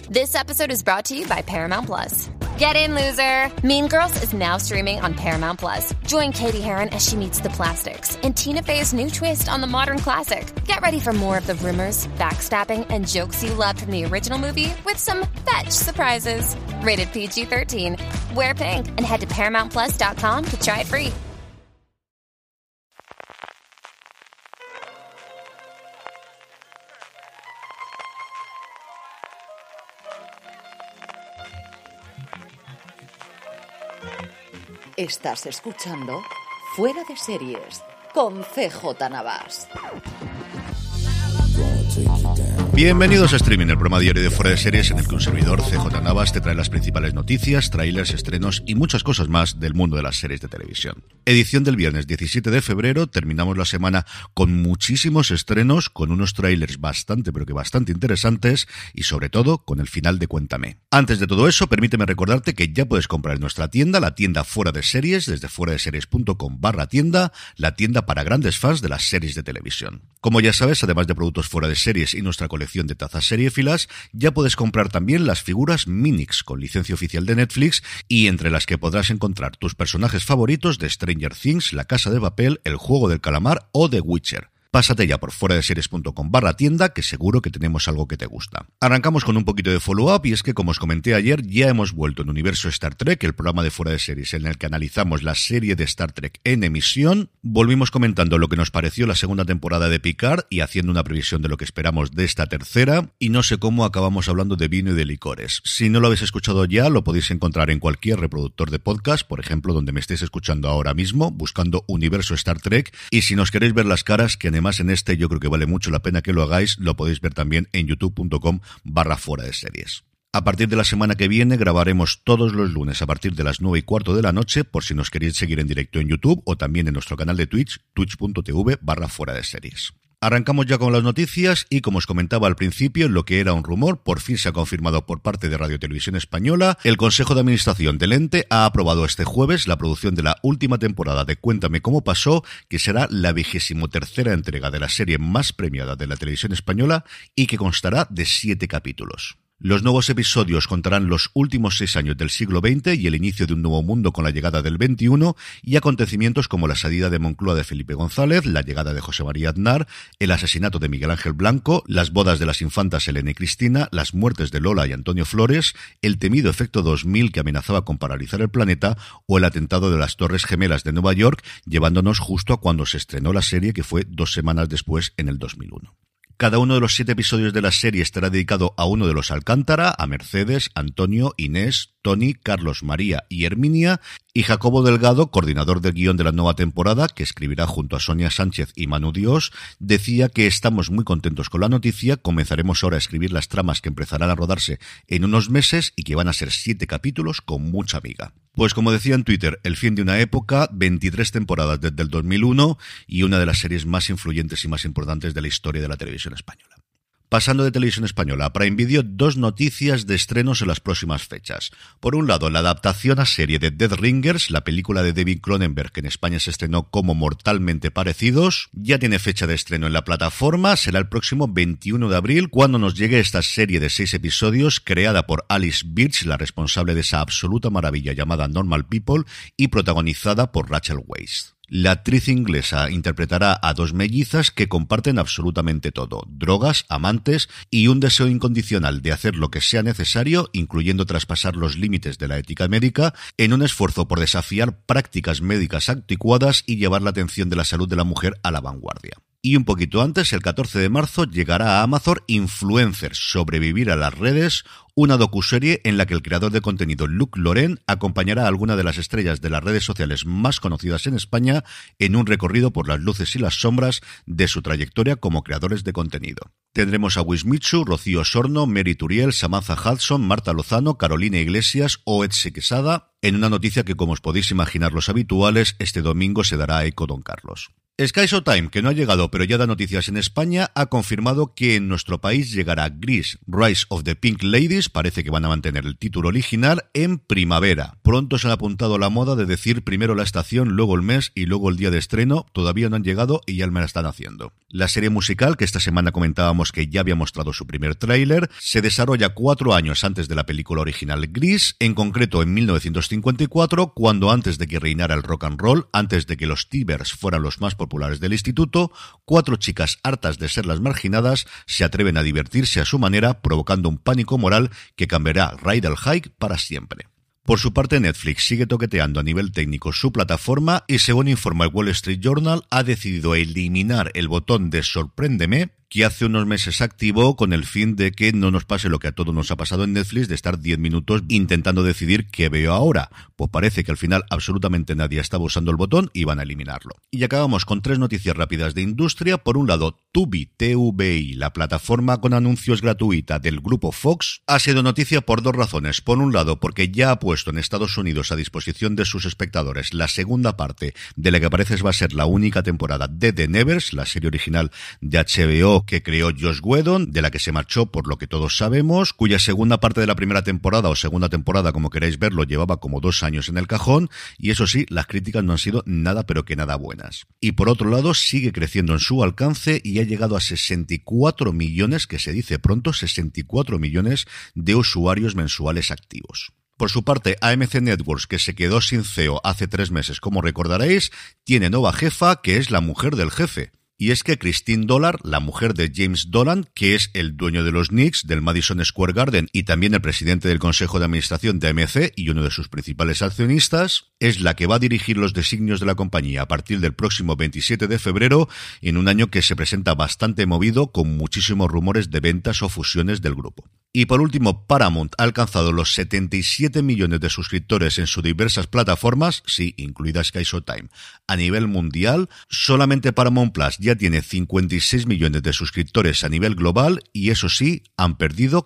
This episode is brought to you by Paramount Plus. Get in, loser! Mean Girls is now streaming on Paramount Plus. Join Katie Heron as she meets the plastics in Tina Fey's new twist on the modern classic. Get ready for more of the rumors, backstabbing, and jokes you loved from the original movie with some fetch surprises. Rated PG-13. Wear pink and head to ParamountPlus.com to try it free. Estás escuchando Fuera de Series con CJ Navas. Bienvenidos a Streaming, el programa diario de Fuera de Series en el que un servidor, CJ Navas, te trae las principales noticias, trailers, estrenos y muchas cosas más del mundo de las series de televisión. Edición del viernes 17 de febrero, terminamos la semana con muchísimos estrenos, con unos trailers bastante interesantes y sobre todo con el final de Cuéntame. Antes de todo eso, permíteme recordarte que ya puedes comprar en nuestra tienda, la tienda Fuera de Series, desde fueradeseries.com/tienda, la tienda para grandes fans de las series de televisión. Como ya sabes, además de productos Fuera de Series y nuestra colección de tazas seriéfilas, ya puedes comprar también las figuras Minix con licencia oficial de Netflix y entre las que podrás encontrar tus personajes favoritos de Stranger Things, La Casa de Papel, El Juego del Calamar o The Witcher. Pásate ya por fueradeseries.com/tienda, que seguro que tenemos algo que te gusta. Arrancamos con un poquito de follow-up, y es que, como os comenté ayer, ya hemos vuelto en Universo Star Trek, el programa de Fuera de Series en el que analizamos la serie de Star Trek en emisión. Volvimos comentando lo que nos pareció la segunda temporada de Picard y haciendo una previsión de lo que esperamos de esta tercera, y no sé cómo acabamos hablando de vino y de licores. Si no lo habéis escuchado ya, lo podéis encontrar en cualquier reproductor de podcast, por ejemplo, donde me estéis escuchando ahora mismo, buscando Universo Star Trek, y si nos queréis ver las caras, que además en este yo creo que vale mucho la pena que lo hagáis, lo podéis ver también en youtube.com/fuera de series. A partir de la semana que viene grabaremos todos los lunes a partir de las 9:15 de la noche, por si nos queréis seguir en directo en YouTube o también en nuestro canal de Twitch, twitch.tv/fuera de series. Arrancamos ya con las noticias y, como os comentaba al principio, lo que era un rumor, por fin se ha confirmado por parte de Radio Televisión Española. El Consejo de Administración del ente ha aprobado este jueves la producción de la última temporada de Cuéntame cómo pasó, que será la 23ª entrega de la serie más premiada de la televisión española y que constará de 7 capítulos. Los nuevos episodios contarán los últimos 6 años del siglo XX y el inicio de un nuevo mundo con la llegada del XXI y acontecimientos como la salida de Moncloa de Felipe González, la llegada de José María Aznar, el asesinato de Miguel Ángel Blanco, las bodas de las infantas Elena y Cristina, las muertes de Lola y Antonio Flores, el temido efecto 2000 que amenazaba con paralizar el planeta o el atentado de las Torres Gemelas de Nueva York, llevándonos justo a cuando se estrenó la serie, que fue 2 semanas después, en el 2001. Cada uno de los 7 episodios de la serie estará dedicado a uno de los Alcántara, a Mercedes, Antonio, Inés, Tony, Carlos, María y Herminia, y Jacobo Delgado, coordinador del guión de la nueva temporada, que escribirá junto a Sonia Sánchez y Manu Dios, decía que estamos muy contentos con la noticia, comenzaremos ahora a escribir las tramas que empezarán a rodarse en unos meses y que van a ser 7 capítulos con mucha miga. Pues como decía en Twitter, el fin de una época, 23 temporadas desde el 2001 y una de las series más influyentes y más importantes de la historia de la televisión española. Pasando de Televisión Española a Prime Video, 2 noticias de estrenos en las próximas fechas. Por un lado, la adaptación a serie de Dead Ringers, la película de David Cronenberg, que en España se estrenó como Mortalmente Parecidos, ya tiene fecha de estreno en la plataforma, será el próximo 21 de abril, cuando nos llegue esta serie de 6 episodios, creada por Alice Birch, la responsable de esa absoluta maravilla llamada Normal People, y protagonizada por Rachel Weisz. La actriz inglesa interpretará a 2 mellizas que comparten absolutamente todo: drogas, amantes y un deseo incondicional de hacer lo que sea necesario, incluyendo traspasar los límites de la ética médica, en un esfuerzo por desafiar prácticas médicas anticuadas y llevar la atención de la salud de la mujer a la vanguardia. Y un poquito antes, el 14 de marzo, llegará a Amazon Influencers, sobrevivir a las redes, una docuserie en la que el creador de contenido Luc Loren acompañará a alguna de las estrellas de las redes sociales más conocidas en España en un recorrido por las luces y las sombras de su trayectoria como creadores de contenido. Tendremos a Wismichu, Rocío Sorno, Mary Turiel, Samantha Hudson, Marta Lozano, Carolina Iglesias o Etxe Quesada, en una noticia que, como os podéis imaginar los habituales, este domingo se dará eco Don Carlos. Sky Showtime, que no ha llegado pero ya da noticias en España, ha confirmado que en nuestro país llegará Grease, Rise of the Pink Ladies, parece que van a mantener el título original, en primavera. Pronto se han apuntado la moda de decir primero la estación, luego el mes y luego el día de estreno. Todavía no han llegado y ya me la están haciendo. La serie musical, que esta semana comentábamos que ya había mostrado su primer tráiler, se desarrolla 4 años antes de la película original Grease, en concreto en 1954, cuando antes de que reinara el rock and roll, antes de que los T-Birds fueran los más populares del instituto, 4 chicas hartas de ser las marginadas se atreven a divertirse a su manera, provocando un pánico moral que cambiará Rydell High para siempre. Por su parte, Netflix sigue toqueteando a nivel técnico su plataforma y, según informa el Wall Street Journal, ha decidido eliminar el botón de Sorpréndeme, que hace unos meses activó con el fin de que no nos pase lo que a todos nos ha pasado en Netflix, de estar 10 minutos intentando decidir qué veo ahora. Pues parece que al final absolutamente nadie estaba usando el botón y van a eliminarlo. Y acabamos con 3 noticias rápidas de industria. Por un lado, Tubi, TVI, la plataforma con anuncios gratuita del grupo Fox, ha sido noticia por 2 razones. Por un lado, porque ya ha puesto en Estados Unidos a disposición de sus espectadores la segunda parte de la que parece va a ser la única temporada de The Nevers, la serie original de HBO que creó Joss Whedon, de la que se marchó por lo que todos sabemos, cuya segunda parte de la primera temporada o segunda temporada, como queráis verlo, llevaba como 2 años en el cajón, y eso sí, las críticas no han sido nada pero que nada buenas. Y por otro lado, sigue creciendo en su alcance y ha llegado a 64 millones, que se dice pronto, 64 millones de usuarios mensuales activos. Por su parte, AMC Networks, que se quedó sin CEO hace 3 meses, como recordaréis, tiene nueva jefa, que es la mujer del jefe. Y es que Christine Dollard, la mujer de James Dolan, que es el dueño de los Knicks, del Madison Square Garden y también el presidente del Consejo de Administración de AMC y uno de sus principales accionistas, es la que va a dirigir los designios de la compañía a partir del próximo 27 de febrero, en un año que se presenta bastante movido, con muchísimos rumores de ventas o fusiones del grupo. Y por último, Paramount ha alcanzado los 77 millones de suscriptores en sus diversas plataformas, sí, incluida Sky Showtime, a nivel mundial. Solamente Paramount Plus ya tiene 56 millones de suscriptores a nivel global y, eso sí, han perdido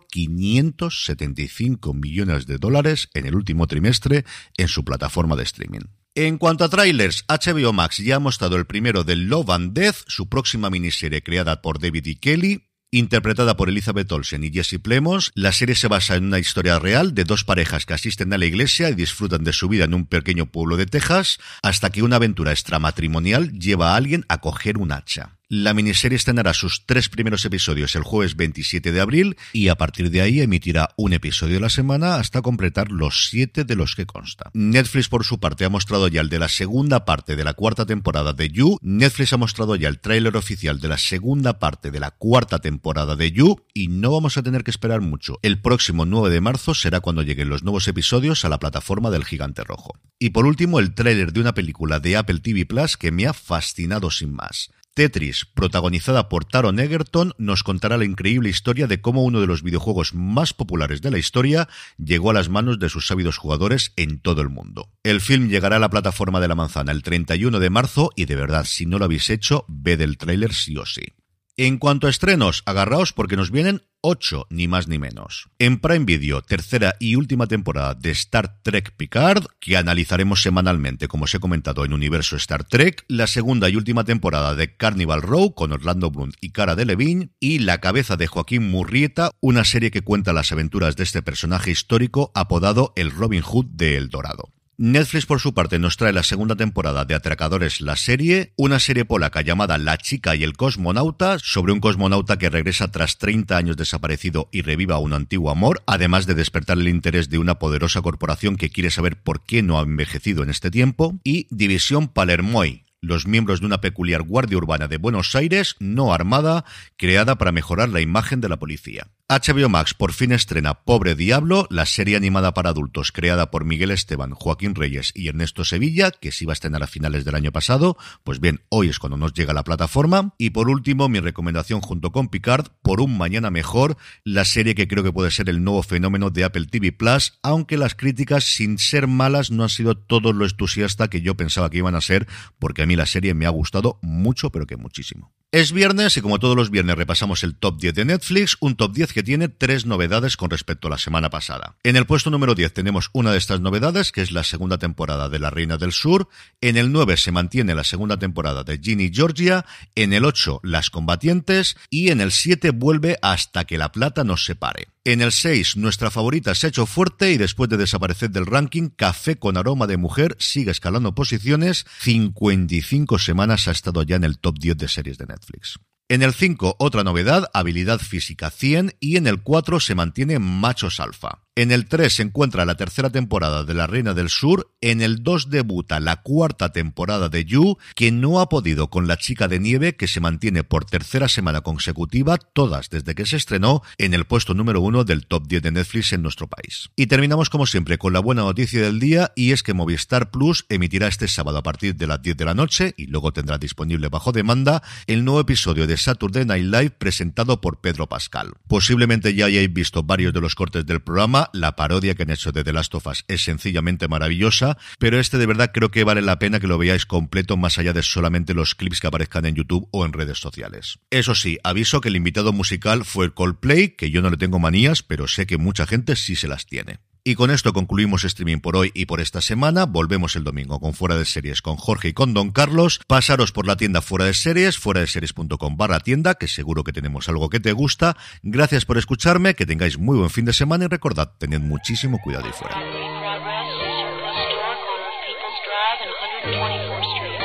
575 millones de dólares en el último trimestre en su plataforma de streaming. En cuanto a trailers, HBO Max ya ha mostrado el primero de Love and Death, su próxima miniserie creada por David E. Kelly, interpretada por Elizabeth Olsen y Jesse Plemons. La serie se basa en una historia real de 2 parejas que asisten a la iglesia y disfrutan de su vida en un pequeño pueblo de Texas, hasta que una aventura extramatrimonial lleva a alguien a coger un hacha. La miniserie estrenará sus 3 primeros episodios el jueves 27 de abril y a partir de ahí emitirá un episodio a la semana hasta completar los 7 de los que consta. Netflix, por su parte, ha mostrado ya el de la segunda parte de la 4ª temporada de You. Netflix ha mostrado ya el tráiler oficial de la segunda parte de la 4ª temporada de You y no vamos a tener que esperar mucho. El próximo 9 de marzo será cuando lleguen los nuevos episodios a la plataforma del Gigante Rojo. Y por último, el tráiler de una película de Apple TV Plus que me ha fascinado sin más. Tetris, protagonizada por Taron Egerton, nos contará la increíble historia de cómo uno de los videojuegos más populares de la historia llegó a las manos de sus ávidos jugadores en todo el mundo. El film llegará a la plataforma de la manzana el 31 de marzo y, de verdad, si no lo habéis hecho, ved el tráiler sí o sí. En cuanto a estrenos, agarraos porque nos vienen 8, ni más ni menos. En Prime Video, tercera y última temporada de Star Trek Picard, que analizaremos semanalmente, como os he comentado, en Universo Star Trek. La segunda y última temporada de Carnival Row, con Orlando Bloom y Cara Delevingne. Y La cabeza de Joaquín Murrieta, una serie que cuenta las aventuras de este personaje histórico apodado el Robin Hood de El Dorado. Netflix, por su parte, nos trae la segunda temporada de Atracadores, la serie, una serie polaca llamada La chica y el cosmonauta, sobre un cosmonauta que regresa tras 30 años desaparecido y reviva un antiguo amor, además de despertar el interés de una poderosa corporación que quiere saber por qué no ha envejecido en este tiempo. Y División Palermoy, los miembros de una peculiar guardia urbana de Buenos Aires, no armada, creada para mejorar la imagen de la policía. HBO Max por fin estrena Pobre Diablo, la serie animada para adultos creada por Miguel Esteban, Joaquín Reyes y Ernesto Sevilla, que se iba a estrenar a finales del año pasado. Pues bien, hoy es cuando nos llega a la plataforma. Y por último, mi recomendación junto con Picard, Por un mañana mejor, la serie que creo que puede ser el nuevo fenómeno de Apple TV Plus, aunque las críticas, sin ser malas, no han sido todo lo entusiasta que yo pensaba que iban a ser, porque a mí la serie me ha gustado mucho, pero que muchísimo. Es viernes y como todos los viernes repasamos el top 10 de Netflix, un top 10 que tiene 3 novedades con respecto a la semana pasada. En el puesto número 10 tenemos una de estas novedades, que es la segunda temporada de La Reina del Sur. En el 9 se mantiene la segunda temporada de Ginny Georgia. En el 8 Las Combatientes. Y en el 7 vuelve Hasta que la plata nos separe. En el 6, nuestra favorita se ha hecho fuerte y después de desaparecer del ranking, Café con aroma de mujer sigue escalando posiciones. 55 semanas ha estado ya en el top 10 de series de Netflix. En el 5, otra novedad, Habilidad Física 100, y en el 4 se mantiene Machos Alfa. En el 3 se encuentra la tercera temporada de La Reina del Sur. En el 2 debuta la cuarta temporada de You, que no ha podido con La Chica de Nieve, que se mantiene por tercera semana consecutiva, todas desde que se estrenó, en el puesto número 1 del top 10 de Netflix en nuestro país. Y terminamos como siempre con la buena noticia del día, y es que Movistar Plus emitirá este sábado a partir de las 10 de la noche, y luego tendrá disponible bajo demanda, el nuevo episodio de Saturday Night Live presentado por Pedro Pascal. Posiblemente ya hayáis visto varios de los cortes del programa. La parodia que han hecho de The Last of Us es sencillamente maravillosa, pero este de verdad creo que vale la pena que lo veáis completo más allá de solamente los clips que aparezcan en YouTube o en redes sociales. Eso sí, aviso que el invitado musical fue Coldplay, que yo no le tengo manías, pero sé que mucha gente sí se las tiene. Y con esto concluimos streaming por hoy y por esta semana. Volvemos el domingo con Fuera de Series con Jorge y con Don Carlos. Pasaros por la tienda Fuera de Series, fueradeseries.com/tienda, que seguro que tenemos algo que te gusta. Gracias por escucharme, que tengáis muy buen fin de semana y recordad, tened muchísimo cuidado ahí fuera.